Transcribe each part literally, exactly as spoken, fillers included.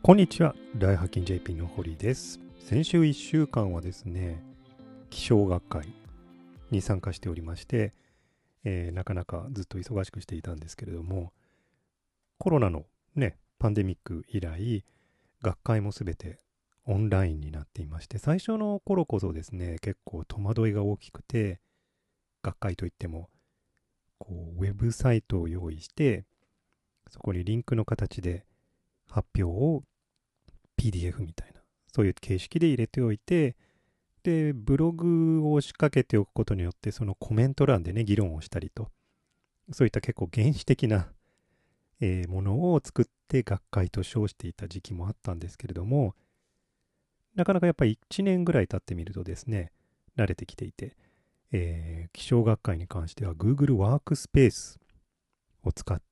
こんにちは、大発見 ジェーピー の堀です。先週いっしゅうかんはですね、気象学会に参加しておりまして、えーなかなかずっと忙しくしていたんですけれども、コロナのね、パンデミック以来、学会もすべてオンラインになっていまして、最初の頃こそですね、結構戸惑いが大きくて、学会といっても、こう、ウェブサイトを用意して、そこにリンクの形で発表を ピーディーエフ みたいな、そういう形式で入れておいて、で、ブログを仕掛けておくことによって、そのコメント欄でね、議論をしたりと、そういった結構原始的な、えーものを作って学会と称していた時期もあったんですけれども、なかなかやっぱりいちねんぐらい経ってみるとですね、慣れてきていて、えー気象学会に関しては Google ワークスペースを使って、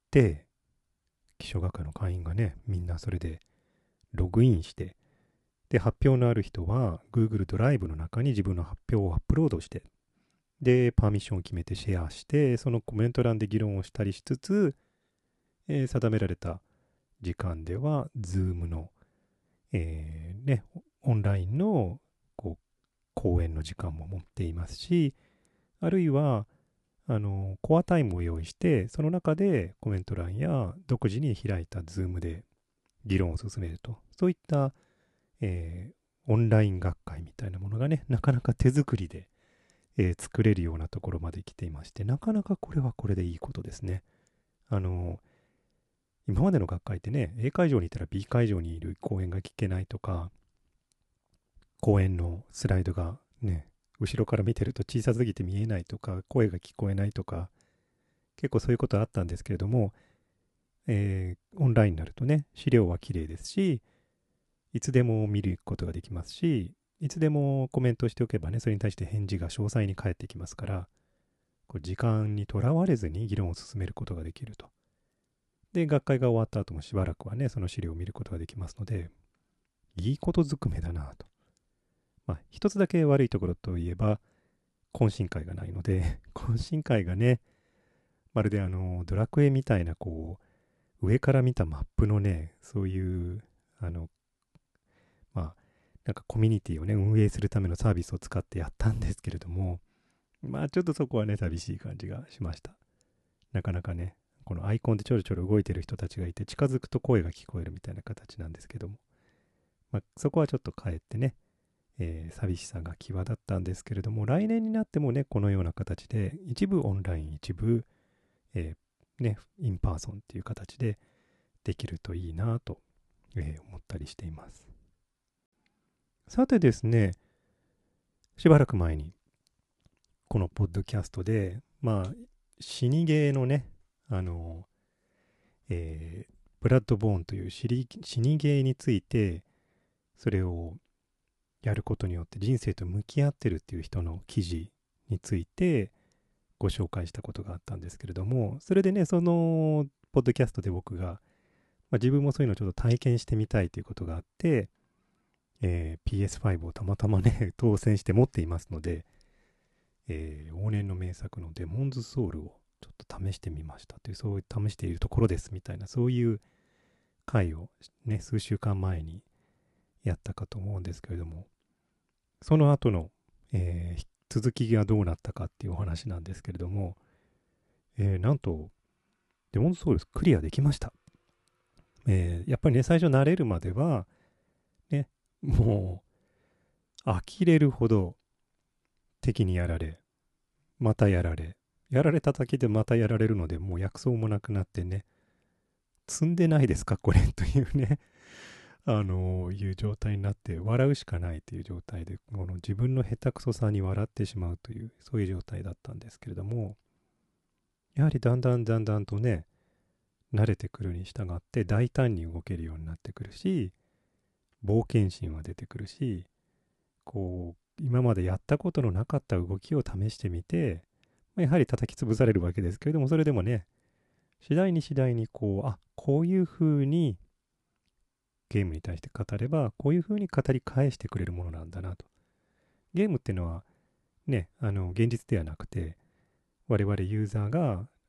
気象学会の会員がね、みんなそれでログインして、で、発表のある人は Google ドライブの中に自分の発表をアップロードして、で、パーミッションを決めてシェアして、そのコメント欄で議論をしたりしつつ、えー定められた時間では、Zoom の、えーね、オンラインのこう講演の時間も持っていますし、あるいは、あの、コアタイムを用意して、その中でコメント欄や独自に開いた Zoom で議論を進めると、そういった、えーオンライン学会みたいなものがね、なかなか手作りで、えー作れるようなところまで来ていまして、なかなかこれはこれでいいことですね。あの、今までの学会ってね、A 会場にいたら B 会場にいる講演が聞けないとか、講演のスライドがね、後ろから見てると小さすぎて見えないとか、声が聞こえないとか、結構そういうことあったんですけれども、えーオンラインになるとね、資料は綺麗ですし、いつでも見ることができますし、いつでもコメントしておけばね、それに対して返事が詳細に返ってきますから、こう時間にとらわれずに議論を進めることができると。で、学会が終わった後もしばらくはね、その資料を見ることができますので、いいことずくめだなと。まあ、一つだけ悪いところといえば、懇親会がないので、懇親会がね、まるであの、ドラクエみたいな、こう、上から見たマップのね、そういう、あの、まあ、なんかコミュニティをね、運営するためのサービスを使ってやったんですけれども、まあ、ちょっとそこはね、寂しい感じがしました。なかなかね、このアイコンでちょろちょろ動いてる人たちがいて、近づくと声が聞こえるみたいな形なんですけども、まあ、そこはちょっとかえってね、えー寂しさが際立ったんですけれども、来年になってもね、このような形で、一部オンライン、一部、えーね、インパーソンっていう形でできるといいなと、えー思ったりしています。さてですね、しばらく前に、このポッドキャストで、まあ、死にゲーのね、あの、えーブラッドボーンという死に死にゲーについて、それをやることによって人生と向き合ってるっていう人の記事についてご紹介したことがあったんですけれども、それでね、そのポッドキャストで僕が、まあ、自分もそういうのをちょっと体験してみたいということがあって、えー ピーエスファイブ をたまたまね、当選して持っていますので、えー往年の名作のデモンズソウルをちょっと試してみましたという、そういう試しているところですみたいな、そういう回をね、数週間前にやったかと思うんですけれども、その後の、えー続きがどうなったかっていうお話なんですけれども、えーなんと、デモンズソウルクリアできました。えーやっぱりね、最初慣れるまでは、ね、もう、呆れるほど敵にやられ、またやられ、やられただけでまたやられるので、もう薬草もなくなってね、積んでないですかこれというね、あのーいう状態になって笑うしかないという状態で、この自分の下手くそさに笑ってしまうという、そういう状態だったんですけれども、やはりだんだんだんだんとね、慣れてくるに従って大胆に動けるようになってくるし、冒険心は出てくるし、こう、今までやったことのなかった動きを試してみて、まあやはり叩き潰されるわけですけれども、それでもね、次第に次第にこう、あ、こういう風にゲームに対して語れば、こういう風に語り返してくれるものなんだなと。ゲームっていうのはね、あの、現実ではなくて、我々ユーザーが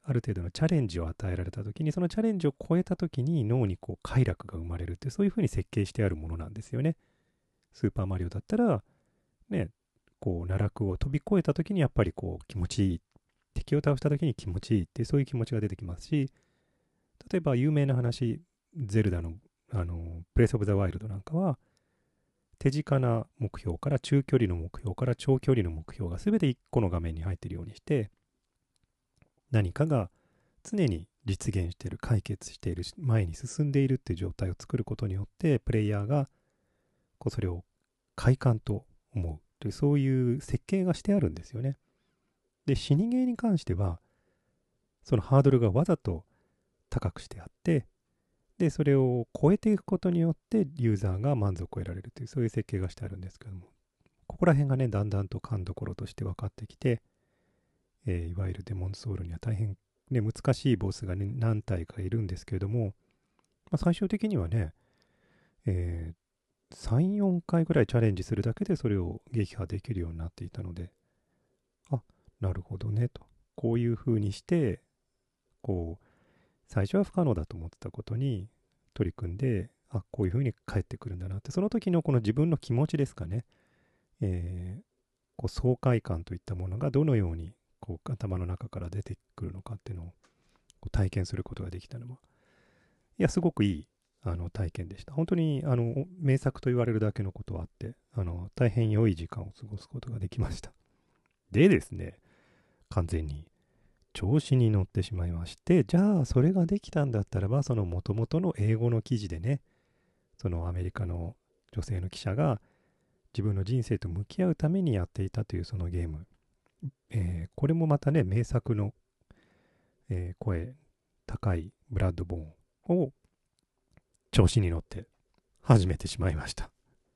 ある程度のチャレンジを与えられた時に、そのチャレンジを超えた時に脳にこう快楽が生まれるって、そういうふうに設計してあるものなんですよね。スーパーマリオだったらね、こう奈落を飛び越えた時にやっぱりこう気持ちいい、敵を倒した時に気持ちいいって、そういう気持ちが出てきますし、例えば有名な話、ゼルダのあのブレス・オブ・ザ・ワイルドなんかは、手近な目標から中距離の目標から長距離の目標が全ていっこの画面に入っているようにして、何かが常に実現している、解決している、前に進んでいるっていう状態を作ることによって、プレイヤーがこうそれを快感と思うという、そういう設計がしてあるんですよね。で、死にゲーに関しては、そのハードルがわざと高くしてあって、で、それを超えていくことによってユーザーが満足を得られるという、そういう設計がしてあるんですけども、ここら辺がね、だんだんと勘どころとして分かってきて、えーいわゆるデモンズソウルには大変、ね、難しいボスが、ね、何体かいるんですけれども、まあ、最終的にはね、えー、さん、よんかいぐらいチャレンジするだけでそれを撃破できるようになっていたので、あ、なるほどねと。こういう風にして、こう、最初は不可能だと思ってたことに取り組んで、あ、こういう風に返ってくるんだなって、その時のこの自分の気持ちですかね、えー、こう爽快感といったものがどのようにこう頭の中から出てくるのかっていうのをこう体験することができたのは、いや、すごくいいあの体験でした。本当にあの名作と言われるだけのことはあって、あの大変良い時間を過ごすことができました。でですね、完全に調子に乗ってしまいまして、じゃあそれができたんだったらば、その元々の英語の記事でね、そのアメリカの女性の記者が自分の人生と向き合うためにやっていたというそのゲーム、えーこれもまたね、名作の、えー声高いブラッドボーンを調子に乗って始めてしまいました。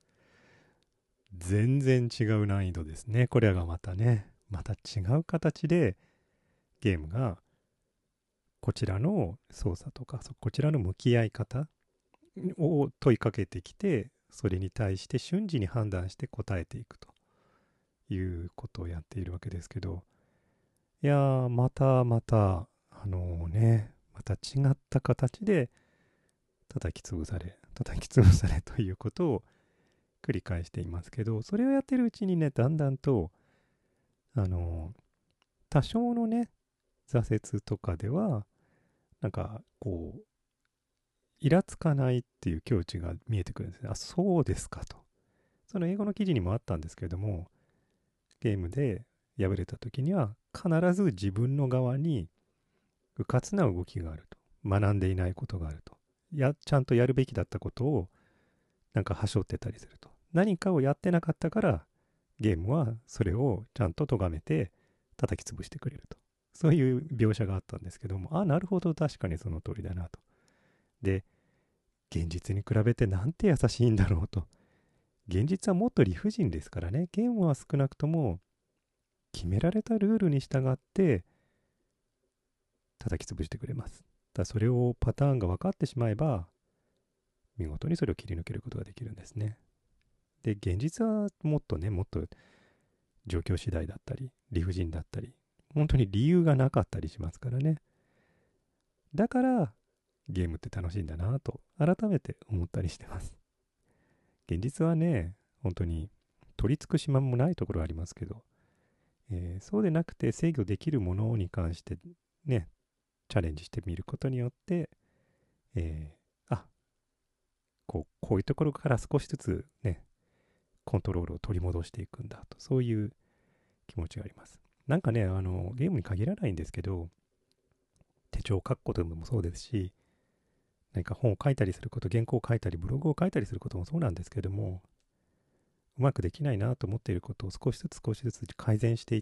全然違う難易度ですね。これがまたね、また違う形でゲームがこちらの操作とか、こちらの向き合い方を問いかけてきて、それに対して瞬時に判断して答えていくということをやっているわけですけど、いやー、またまた、あのね、また違った形で叩き潰され、叩き潰されということを繰り返していますけど、それをやってるうちにね、だんだんと、あの多少のね、挫折とかでは、なんか、こう、イラつかないっていう境地が見えてくるんですね。あ、そうですかと。その英語の記事にもあったんですけれども、ゲームで敗れた時には、必ず自分の側に迂闊な動きがあると。学んでいないことがあると。や、ちゃんとやるべきだったことを、なんか端折ってたりすると。何かをやってなかったから、ゲームはそれをちゃんと咎めて叩き潰してくれると。そういう描写があったんですけども、あ、なるほど、確かにその通りだなと。で、現実に比べてなんて優しいんだろうと。現実はもっと理不尽ですからね。ゲームは少なくとも決められたルールに従って叩き潰してくれます。だそれをパターンが分かってしまえば、見事にそれを切り抜けることができるんですね。で、現実はもっとね、もっと状況次第だったり、理不尽だったり、本当に理由がなかったりしますからね。だから、ゲームって楽しいんだなと、改めて思ったりしてます。現実はね、本当に取り尽くしまもないところはありますけど、えーそうでなくて制御できるものに関してね、チャレンジしてみることによって、えーあ、こう、こういうところから少しずつね、コントロールを取り戻していくんだと、そういう気持ちがあります。なんかね、あの、ゲームに限らないんですけど、手帳を書くこともそうですし、何か本を書いたりすること、原稿を書いたり、ブログを書いたりすることもそうなんですけども、うまくできないなと思っていることを少しずつ少しずつ改善していって、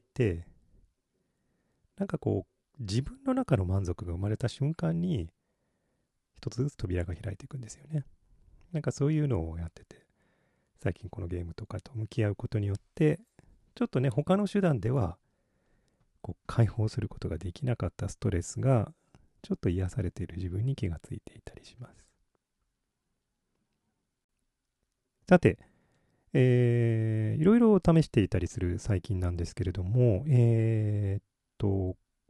なんかこう、自分の中の満足が生まれた瞬間に、一つずつ扉が開いていくんですよね。なんかそういうのをやってて、最近このゲームとかと向き合うことによって、ちょっとね、他の手段では、こう、解放することができなかったストレスが、ちょっと癒されている自分に気がついていたりします。さて、えー、いろいろ試していたりする最近なんですけれども、えーっと、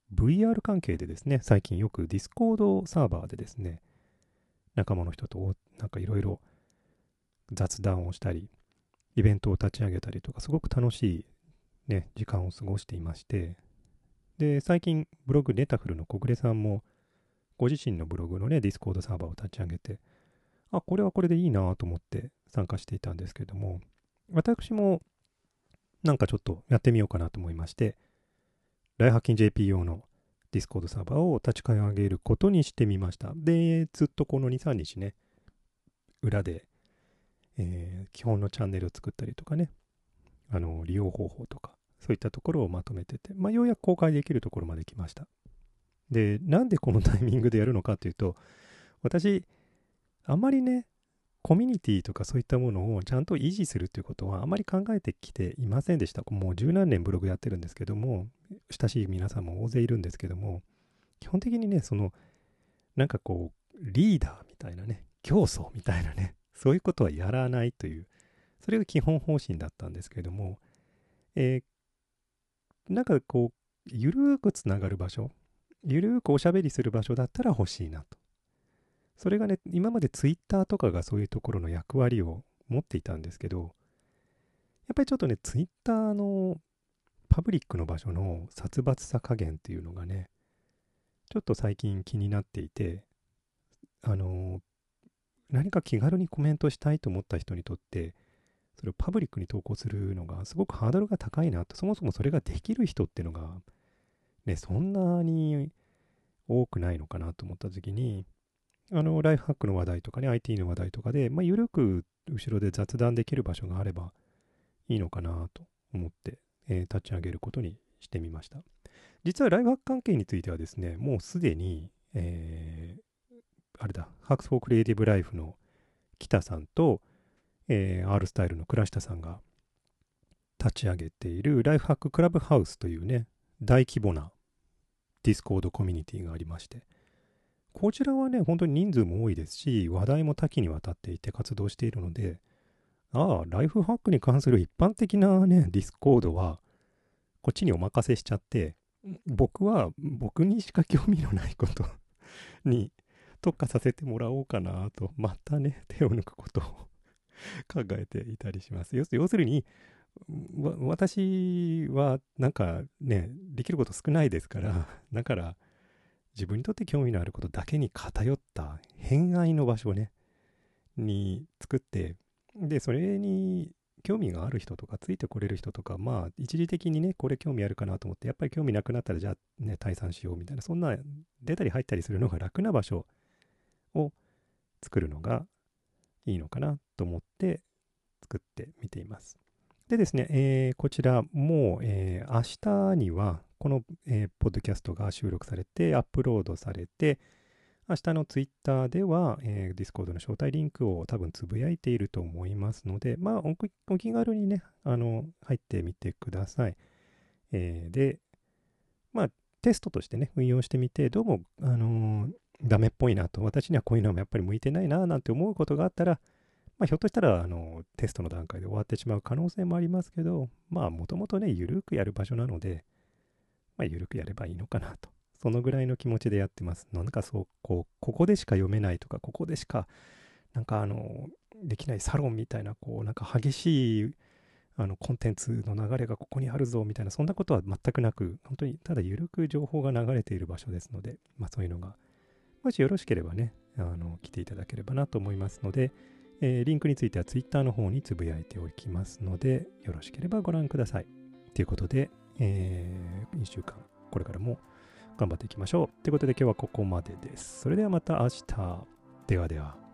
ブイアール 関係でですね、最近よく Discord サーバーでですね、仲間の人となんかいろいろ雑談をしたり、イベントを立ち上げたりとか、すごく楽しい、ね、時間を過ごしていまして、で、最近ブログネタフルの小暮さんも、ご自身のブログのね、Discord サーバーを立ち上げて、あ、これはこれでいいなと思って参加していたんですけれども、私もなんかちょっとやってみようかなと思いまして、ライハッキン ジェーピー 用の Discord サーバーを立ち上げることにしてみました。で、ずっとこのに、さんにちね、裏で、えー基本のチャンネルを作ったりとかね、あの、利用方法とか、そういったところをまとめてて、まあ、ようやく公開できるところまで来ました。で、なんでこのタイミングでやるのかというと、私、あまりね、コミュニティとかそういったものをちゃんと維持するということはあまり考えてきていませんでした。もう十何年ブログやってるんですけども、親しい皆さんも大勢いるんですけども、基本的にね、その、なんかこう、リーダーみたいなね、教祖みたいなね、そういうことはやらないという、それが基本方針だったんですけれども、えーなんかこう、ゆるーくつながる場所、ゆるーくおしゃべりする場所だったら欲しいなと。それがね、今までツイッターとかがそういうところの役割を持っていたんですけど、やっぱりちょっとね、ツイッターのパブリックの場所の殺伐さ加減っていうのがね、ちょっと最近気になっていて、あのー何か気軽にコメントしたいと思った人にとって、それをパブリックに投稿するのがすごくハードルが高いなと、そもそもそれができる人っていうのが、ね、そんなに多くないのかなと思った時に、あの、ライフハックの話題とかね、アイティー の話題とかで、まあ、ゆるく後ろで雑談できる場所があればいいのかなと思って、えー立ち上げることにしてみました。実はライフハック関係についてはですね、もうすでに、えーあれだ、ハックスフォークリエイティブライフの北さんと、えー、R スタイルの倉下さんが立ち上げているライフハッククラブハウスというね、大規模なディスコードコミュニティがありまして、こちらはね、本当に人数も多いですし、話題も多岐にわたっていて活動しているので、ああ、ライフハックに関する一般的なね、ディスコードは、こっちにお任せしちゃって、僕は僕にしか興味のないことに特化させてもらおうかなと、またね、手を抜くことを考えていたりします。要す要するに、わ私はなんかね、できること少ないですから、だから自分にとって興味のあることだけに偏った偏愛の場所ね、に作って、で、それに興味がある人とか、ついてこれる人とか、まあ、一時的にね、これ興味あるかなと思って、やっぱり興味なくなったら、じゃあね、退散しようみたいな、そんな出たり入ったりするのが楽な場所を作るのがいいのかなと思って作ってみています。でですね、えーこちらもう、えー明日にはこの、えーポッドキャストが収録されてアップロードされて、明日のツイッターでは、えー、Discord の招待リンクを多分つぶやいていると思いますので、まあお気、お気軽にね、あの、入ってみてください。えーで、まあ、テストとしてね、運用してみて、どうも、あのーダメっぽいなと、私にはこういうのもやっぱり向いてないな、なんて思うことがあったら、まあ、ひょっとしたら、あの、テストの段階で終わってしまう可能性もありますけど、まあ、もともとね、ゆるくやる場所なので、まあ、ゆるくやればいいのかなと。そのぐらいの気持ちでやってます。なんかそう、こう、ここでしか読めないとか、ここでしか、なんかあの、できないサロンみたいな、こう、なんか激しい、あの、コンテンツの流れがここにあるぞ、みたいな、そんなことは全くなく、本当に、ただゆるく情報が流れている場所ですので、まあ、そういうのが、もしよろしければね、あの、来ていただければなと思いますので、えーリンクについては Twitter の方につぶやいておきますので、よろしければご覧ください。ということで、えー、いっしゅうかん、これからも頑張っていきましょう。ということで今日はここまでです。それではまた明日。ではでは。